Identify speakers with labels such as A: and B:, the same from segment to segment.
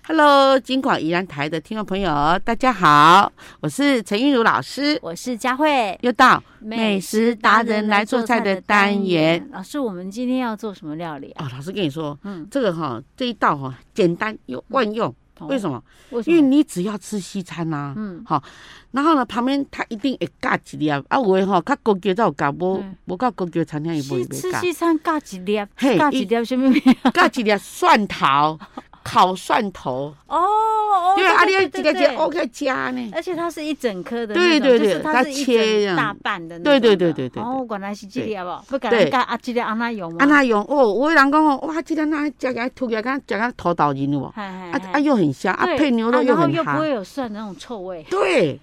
A: Hello， 金广宜兰台的听众朋友，大家好，我是陈韵如老师，
B: 我是佳慧，
A: 又到美食达人来做菜的单元。
B: 老师，我们今天要做什么料理啊？
A: 老师跟你说，这个这一道简单又万用。为什么？
B: 因
A: 为你只要吃西餐呐，然后呢，旁边它一定会加一粒啊，有的较高级才有加，无较高级餐厅伊袂加。
B: 吃西餐加一粒，加一粒什么？
A: 加一粒蒜头。烤蒜头对啊，你要一个 OK 加呢，
B: 而且它是一整颗的，
A: 对，
B: 它是
A: 切
B: 一大半的那种，对。哦，原来是这粒哦，不敢加这粒安那用吗？
A: 安那用哦，有的人讲哇，这粒那加个涂起来，加个土豆仁有无？又很香啊，配牛肉又很
B: 好，然后又不会有蒜那种臭味。
A: 对。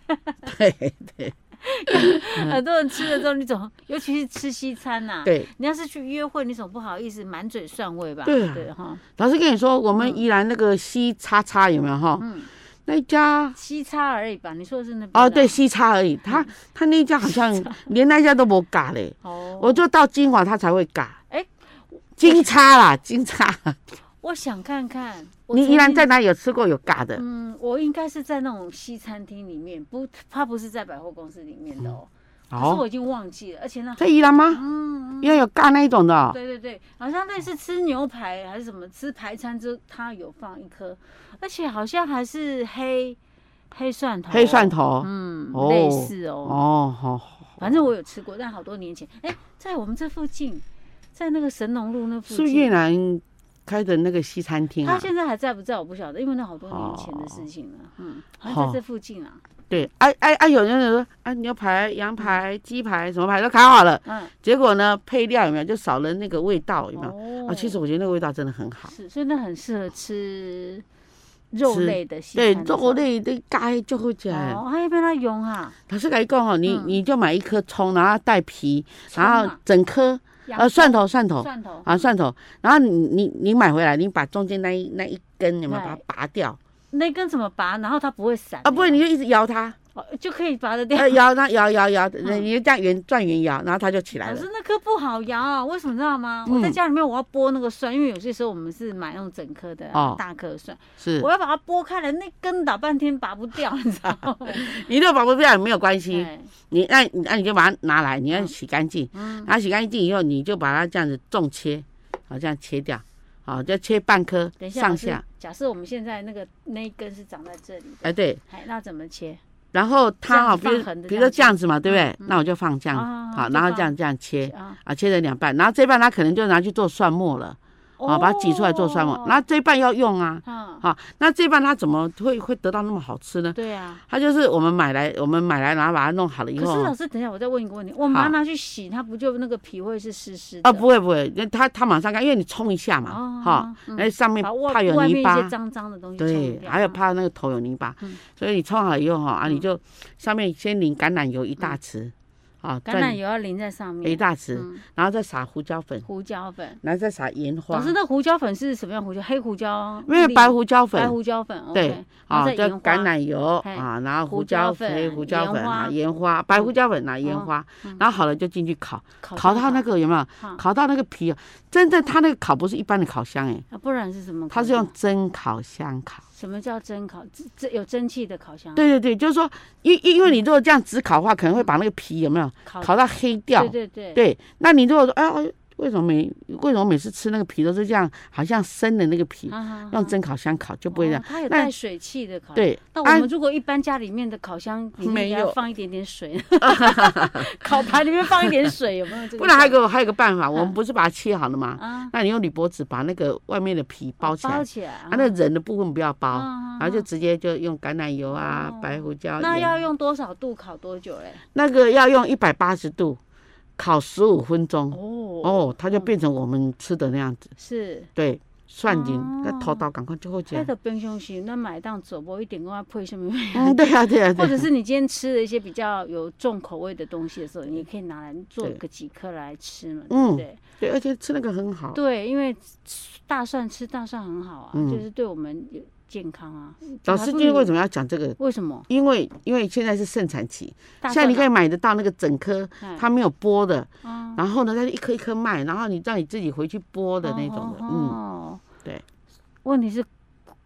B: 很多人吃了之后，你总尤其是吃西餐呐，
A: 对，
B: 你要是去约会，你总不好意思满嘴蒜味吧？
A: 对哈。老师跟你说，我们宜兰那个西叉叉有没有哈？那一家
B: 西叉而已吧？你说的是那边？
A: 哦，对，西叉而已。他那一家好像连那一家都没嘎嘞。我就到金华他才会嘎。金叉啦，金叉。
B: 我想看看，
A: 你宜兰在哪里有吃过有嘎的？
B: 我应该是在那种西餐厅里面，它不是在百货公司里面的哦。可是我已经忘记了，而且
A: 在宜兰吗？因为有嘎那一种的哦。
B: 对，好像类似吃牛排还是什么，吃排餐之后它有放一颗，而且好像还是黑蒜头。黑
A: 蒜头，
B: 类似哦。
A: 好。
B: 反正我有吃过，但好多年前，在我们这附近，在那个神农路那附近。
A: 是越南开的那个西餐厅啊，
B: 他现在还在不在我不晓得，因为那好多年前的事情了。好像在这附近啊。
A: 对，有人说牛排、羊排、鸡排什么排都烤好了，结果呢配料有没有就少了那个味道有没有？其实我觉得那个味道真的很好，
B: 是，所以那很适合吃肉类的西餐。
A: 对，肉类的该就会吃。
B: 还要被它用哈。
A: 老师跟你讲你就买一颗葱，然后带皮，然后整颗。蒜头，然后你买回来，你把中间那一根有没有把它拔掉？
B: 那根怎么拔？然后它不会散
A: 不会，你就一直摇它，
B: 就可以拔得掉。
A: 摇它，摇，你就这样转圆摇，然后它就起来了。
B: 可是那颗不好摇，为什么知道吗？我在家里面我要剥那个蒜，因为有些时候我们是买那种整颗的大颗蒜，
A: 是我
B: 要把它剥开来，那根打半天拔不掉，你知道吗？
A: 你如果拔不掉也没有关系，你就把它拿来，你要洗干净，然后洗干净以后，你就把它这样子纵切，这样切掉。就切半颗上下。
B: 假设我们现在那一根是长在这里
A: 的，对，
B: 那怎么切？
A: 然后它比如说这样子嘛，对不对？那我就放这样，好，然后这样切，切成两半，然后这半它可能就拿去做蒜末了。把它挤出来做蒜末，然后这一半要用啊，那这一半它怎么会得到那么好吃呢？
B: 对啊，
A: 它就是我们买来，然后把它弄好了以后。
B: 可是老师，等一下我再问一个问题，我们把它拿去洗，它不就那个皮会是湿湿的？
A: 不会，它马上干，因为你冲一下嘛，那上面怕有泥巴，
B: 一些脏的东西。
A: 对，还有怕那个头有泥巴，所以你冲好以后你就上面先淋橄榄油1大匙。
B: 橄榄油要淋在上面
A: 1大匙，然后再撒胡椒粉，然后再撒盐花。
B: 老师，那胡椒粉是什么样胡椒？黑胡椒？
A: 没有白胡椒粉。
B: 对，
A: 就橄榄油然后胡椒粉、黑胡椒粉盐花，白胡椒粉盐花，然后好了就进去烤到那个有没有？烤到那个皮真正它那个烤不是一般的烤箱
B: 不然是什么？
A: 它是用蒸烤箱烤。
B: 什么叫蒸烤？有蒸汽的烤箱？
A: 对，就是说，因为你如果这样只烤的话，可能会把那个皮有没有烤到黑掉？对，那你如果说为什么每次吃那个皮都是这样，好像生的那个皮，用蒸烤箱烤就不会这样。
B: 它有带水汽的烤箱。
A: 对，
B: 那我们如果一般家里面的烤箱里面要放一点点水，烤盘里面放一点水，有没有这个？
A: 不然还有个办法，我们不是把它切好了吗？那你用铝箔纸把那个外面的皮包起来，那人的部分不要包，然后就直接就用橄榄油白胡椒。
B: 那要用多少度烤多久嘞？
A: 那个要用180度。烤15分钟它就变成我们吃的那样子。
B: 是，
A: 对，蒜蓉那头刀赶快就会
B: 加。在冰箱时，那买当走不一点，跟它配什么？
A: 对啊。
B: 或者是你今天吃了一些比较有重口味的东西的时候，你也可以拿来做个几颗来吃嘛，对不对？
A: 对，而且吃那个很好。
B: 对，因为吃大蒜很好就是对我们有健康啊。
A: 老师今天为什么要讲这个？
B: 为什么？
A: 因为现在是盛产期，现在你可以买得到那个整颗，它没有剥的，然后呢，它就一颗一颗卖，然后你让你自己回去剥的那种的。对。
B: 问题是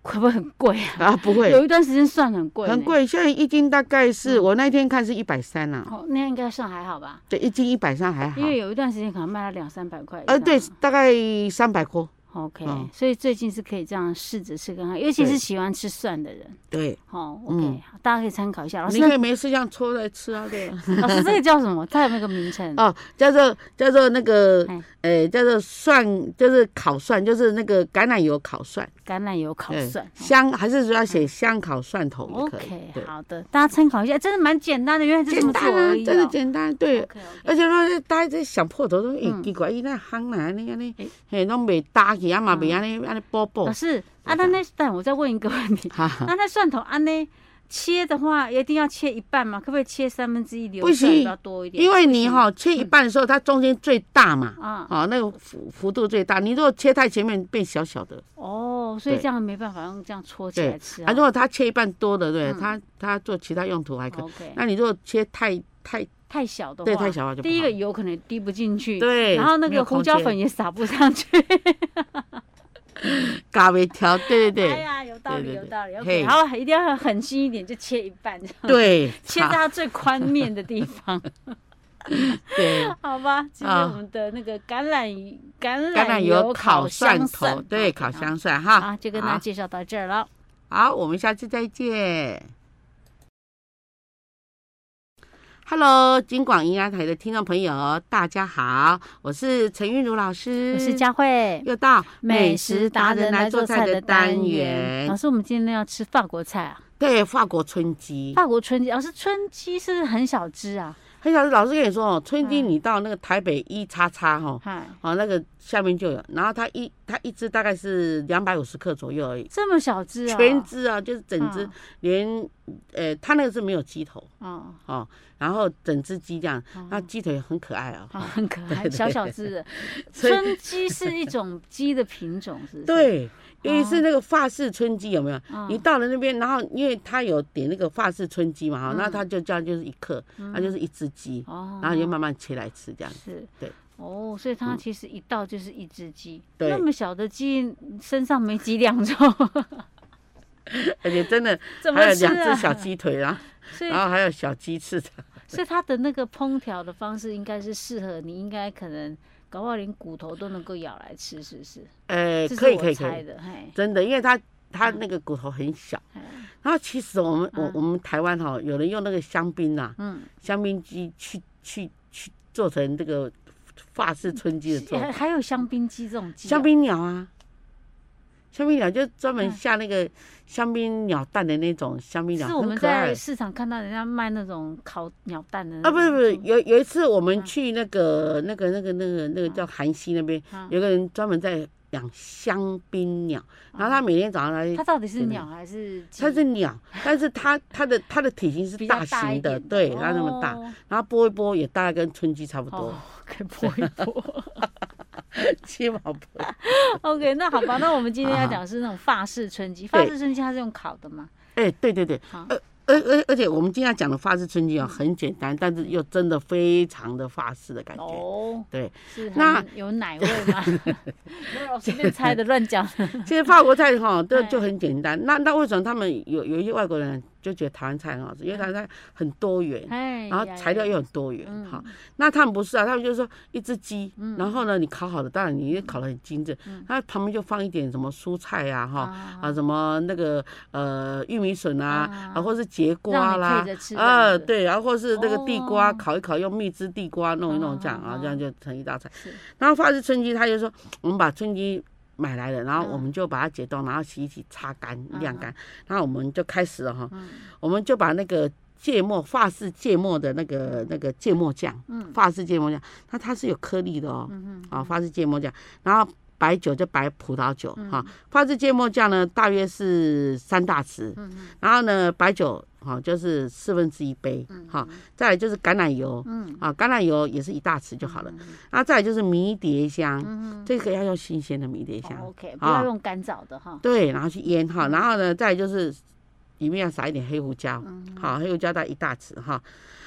B: 会不会很贵啊？
A: 啊，不会，
B: 有一段时间算很贵，
A: 很贵。现在一斤大概是我那天看是130啊。
B: 哦，那应该算还好吧？
A: 对，一斤130还好。
B: 因为有一段时间可能卖到200-300块。
A: 对，大概300块。
B: OK，所以最近是可以这样试着吃看看，尤其是喜欢吃蒜的人。对，OK，大家可以参考一下。老师，
A: 你可以没事这样搓来吃啊，对。
B: 老师，这个叫什么？它有没有个名称？
A: 哦，叫做那个，叫做蒜，就是烤蒜，就是那个橄榄油烤蒜。
B: 橄榄油烤蒜，
A: 香还是说要写香烤蒜头也可以。
B: OK， 好的，大家参考一下，真的蛮简单的，原来就这么做而已。
A: 真的简单，对。而且说大家在想破头都奇怪，伊那夯哪安尼，拢未搭起，啊嘛未安尼包包。
B: 老师，但我再问一个问题，那蒜头安尼切的话，一定要切一半吗？可不可以切1/3留蒜比较多一点？
A: 因为你切一半的时候，它中间最大嘛，那个幅度最大。你如果切太前面，变小小的。
B: 哦，所以这样没办法用这样戳起来吃啊。
A: 如果它切一半多的，对，它做其他用途还可以。那你如果切太
B: 小的话，
A: 对，太小的话就不好。
B: 第一个油可能滴不进去，
A: 对，
B: 然后那个胡椒粉也撒不上去。
A: 嘎没调，对。
B: 哎呀，有道理。OK， 好，一定要狠心一点，就切一半，
A: 对，
B: 切在它最宽面的地方。
A: 对，
B: 好吧，今天我们的那个橄榄
A: 油
B: 烤
A: 蒜头，对，烤香蒜哈。
B: 好，就跟大家介绍到这儿了。
A: 好，我们下次再见。Hello， 金广营养台的听众朋友，大家好，我是陈韵如老师，
B: 我是佳慧，
A: 又到美食达人来做菜的单元。
B: 老师，我们今天要吃法国菜啊？
A: 对，法国春鸡。
B: 法国春鸡，老师，春鸡是不是很小只啊？
A: 很小只，老师跟你说春鸡你到那个台北1XX那个下面就有，然后它一只大概是250克左右而已，
B: 这么小只啊？
A: 全只啊，就是整只，连它那个是没有鸡头然后整只鸡这样，那鸡腿很可爱啊，
B: 很可爱，小小只的。春鸡是一种鸡的品种，是不是？
A: 对。因为是那个法式春鸡有没有？你到了那边，然后因为他有点那个法式春鸡嘛，那他就这样就是1克，那就是1只鸡，然后你就慢慢切来吃这样子。
B: 是，
A: 对。
B: 哦，所以它其实一道就是1只鸡，
A: 对，
B: 那么小的鸡身上没几两肉，
A: 而且真的还有2只小鸡腿啊，然后还有小鸡翅的。
B: 所以它的那个烹调的方式应该是适合你，应该可能。搞不好连骨头都能够咬来吃，是不是？
A: 可以，真的，因为它那个骨头很小。然后其实我们台湾有人用那个香槟啊，香槟鸡去做成这个法式春鸡的做法。
B: 还有香槟鸡这种鸡？
A: 香槟鸟啊，香槟鸟就专门下那个香槟鸟蛋的那种香槟鸟，
B: 是我们在市场看到人家卖那种烤鸟蛋的。
A: 不是，有一次我们去那个叫韩西那边，有个人专门在养香槟鸟，然后他每天早上来。
B: 它到底是鸟还是鸡？
A: 它是鸟，但是它的体型是大型的，对，它那么大，然后剥一剥也大概跟春鸡差不多，
B: 可以剥一剥。
A: 7毛剥。
B: OK， 那好吧，那我们今天要讲的是那种法式春鸡。法式春鸡它是用烤的吗？
A: 对。而且我们今天讲的法式春鸡很简单，但是又真的非常的法式的感觉。哦，对，
B: 是那有奶味吗？没有，随便猜的，乱讲。
A: 其实法国菜就很简单。那为什么他们有一些外国人就觉得台湾菜很好吃？因为台湾菜很多元，然后材料又很多元。那他们不是啊，他们就是说一只鸡，然后呢你烤好了，当然你也烤得很精致，它旁边就放一点什么蔬菜啊，什么那个玉米笋啊，或是节瓜啦，对，然后或是那个地瓜烤一烤，用蜜汁地瓜弄一弄这样啊，这样就成一道菜。然后法式春鸡，他就说我们把春鸡买来了，然后我们就把它解冻，然后洗一洗，擦干晾干，然后我们就开始了我们就把那个芥末法式芥末的那个芥末酱，法式芥末酱，它是有颗粒的法式芥末酱，然后白酒就白葡萄酒法式芥末酱呢大约是3大匙，然后呢白酒就是1/4杯，再来就是橄榄油，橄榄油也是1大匙就好了，然后再来就是迷蝶香，这个要用新鲜的迷蝶香
B: ，OK， 不要用干燥的
A: 对，然后去腌然后呢再来就是里面要撒一点黑胡椒，黑胡椒大概1大匙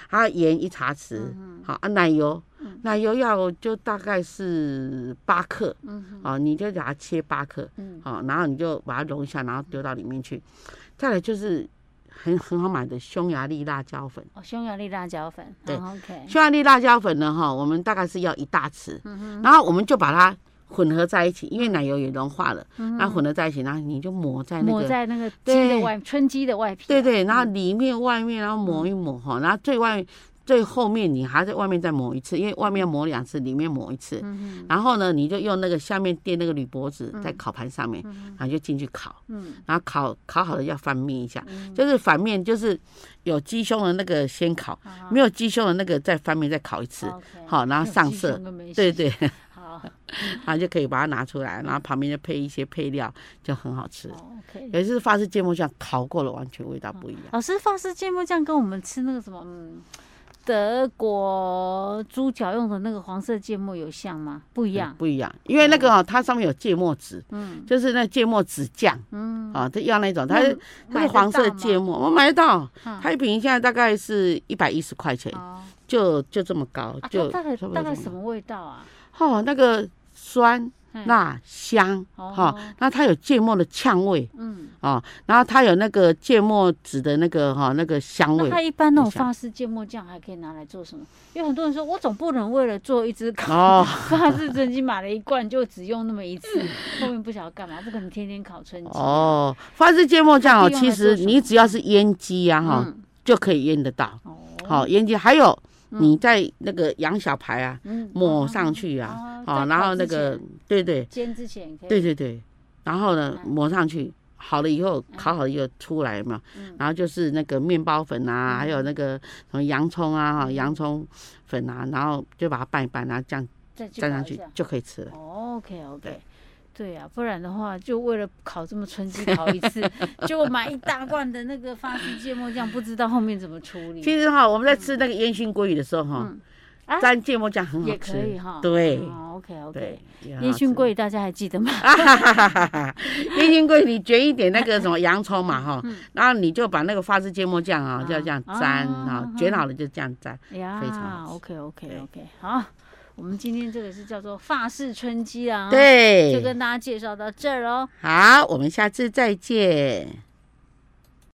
A: 还有盐1茶匙，好啊，奶油要就大概是8克，你就给它切8克，好，然后你就把它融一下，然后丢到里面去。再来就是很好买的匈牙利辣椒粉，
B: 匈牙利辣椒粉，
A: 对
B: ，OK，
A: 匈牙利辣椒粉呢，我们大概是要1大匙，然后我们就把它混合在一起，因为奶油也融化了，然后混合在一起，然后你就抹在那个
B: 鸡的外春鸡的外皮，
A: 对，然后里面外面然后抹一抹哈，然后最后面你还在外面再抹一次，因为外面要抹2次，里面抹1次，然后呢你就用那个下面垫那个铝箔纸在烤盘上面，然后就进去烤，然后烤好了要翻面一下，就是反面就是有鸡胸的那个先烤，没有鸡胸的那个再翻面再烤1次，好，然后上色，对。然后就可以把它拿出来，然后旁边就配一些配料，就很好吃。有一次法式芥末酱烤过了，完全味道不一样。
B: 老师，法式芥末酱跟我们吃那个什么，德国猪脚用的那个黄色芥末有像吗？不一样，
A: 不一样，因为那个它上面有芥末籽，就是那芥末籽酱，就要那种，它是黄色芥末，我买得到，它一瓶现在大概是110块钱，就这么高，就
B: 大概什么味道啊？
A: 那个酸辣香，那它有芥末的呛味，然后它有那个芥末籽的那个香味。
B: 那它一般那种法式芥末酱还可以拿来做什么？因为很多人说，我总不能为了做一只法式春鸡买了1罐就只用那么1次，后面不晓得干嘛，不可能天天烤春鸡。
A: 法式芥末酱其实你只要是腌鸡啊就可以腌得到。腌鸡还有。你在那个羊小排啊，抹上去啊，然后那个对，
B: 煎之前可
A: 以，对，然后呢抹上去，好了以后烤好了以后出来有没有？然后就是那个面包粉啊，还有那个什么洋葱啊，洋葱粉啊，然后就把它拌一拌，然后这样蘸上去就可以吃了。
B: OK。对啊，不然的话，就为了烤这么春鸡烤1次，就买1大罐的那个法式芥末酱，不知道后面怎么处理。
A: 其实我们在吃那个烟熏鲑鱼的时候沾芥末酱很好吃，
B: 也可以
A: 对
B: ，OK。烟熏鲑鱼大家还记得吗？
A: 烟熏鲑鱼你卷一点那个什么洋葱嘛然后你就把那个法式芥末酱就要这样沾卷好了就这样沾，非常好吃。
B: OK， 好。我们今天这个是叫做法式春鸡啊，
A: 对，
B: 就跟大家介绍到这儿喽。
A: 好，我们下次再见。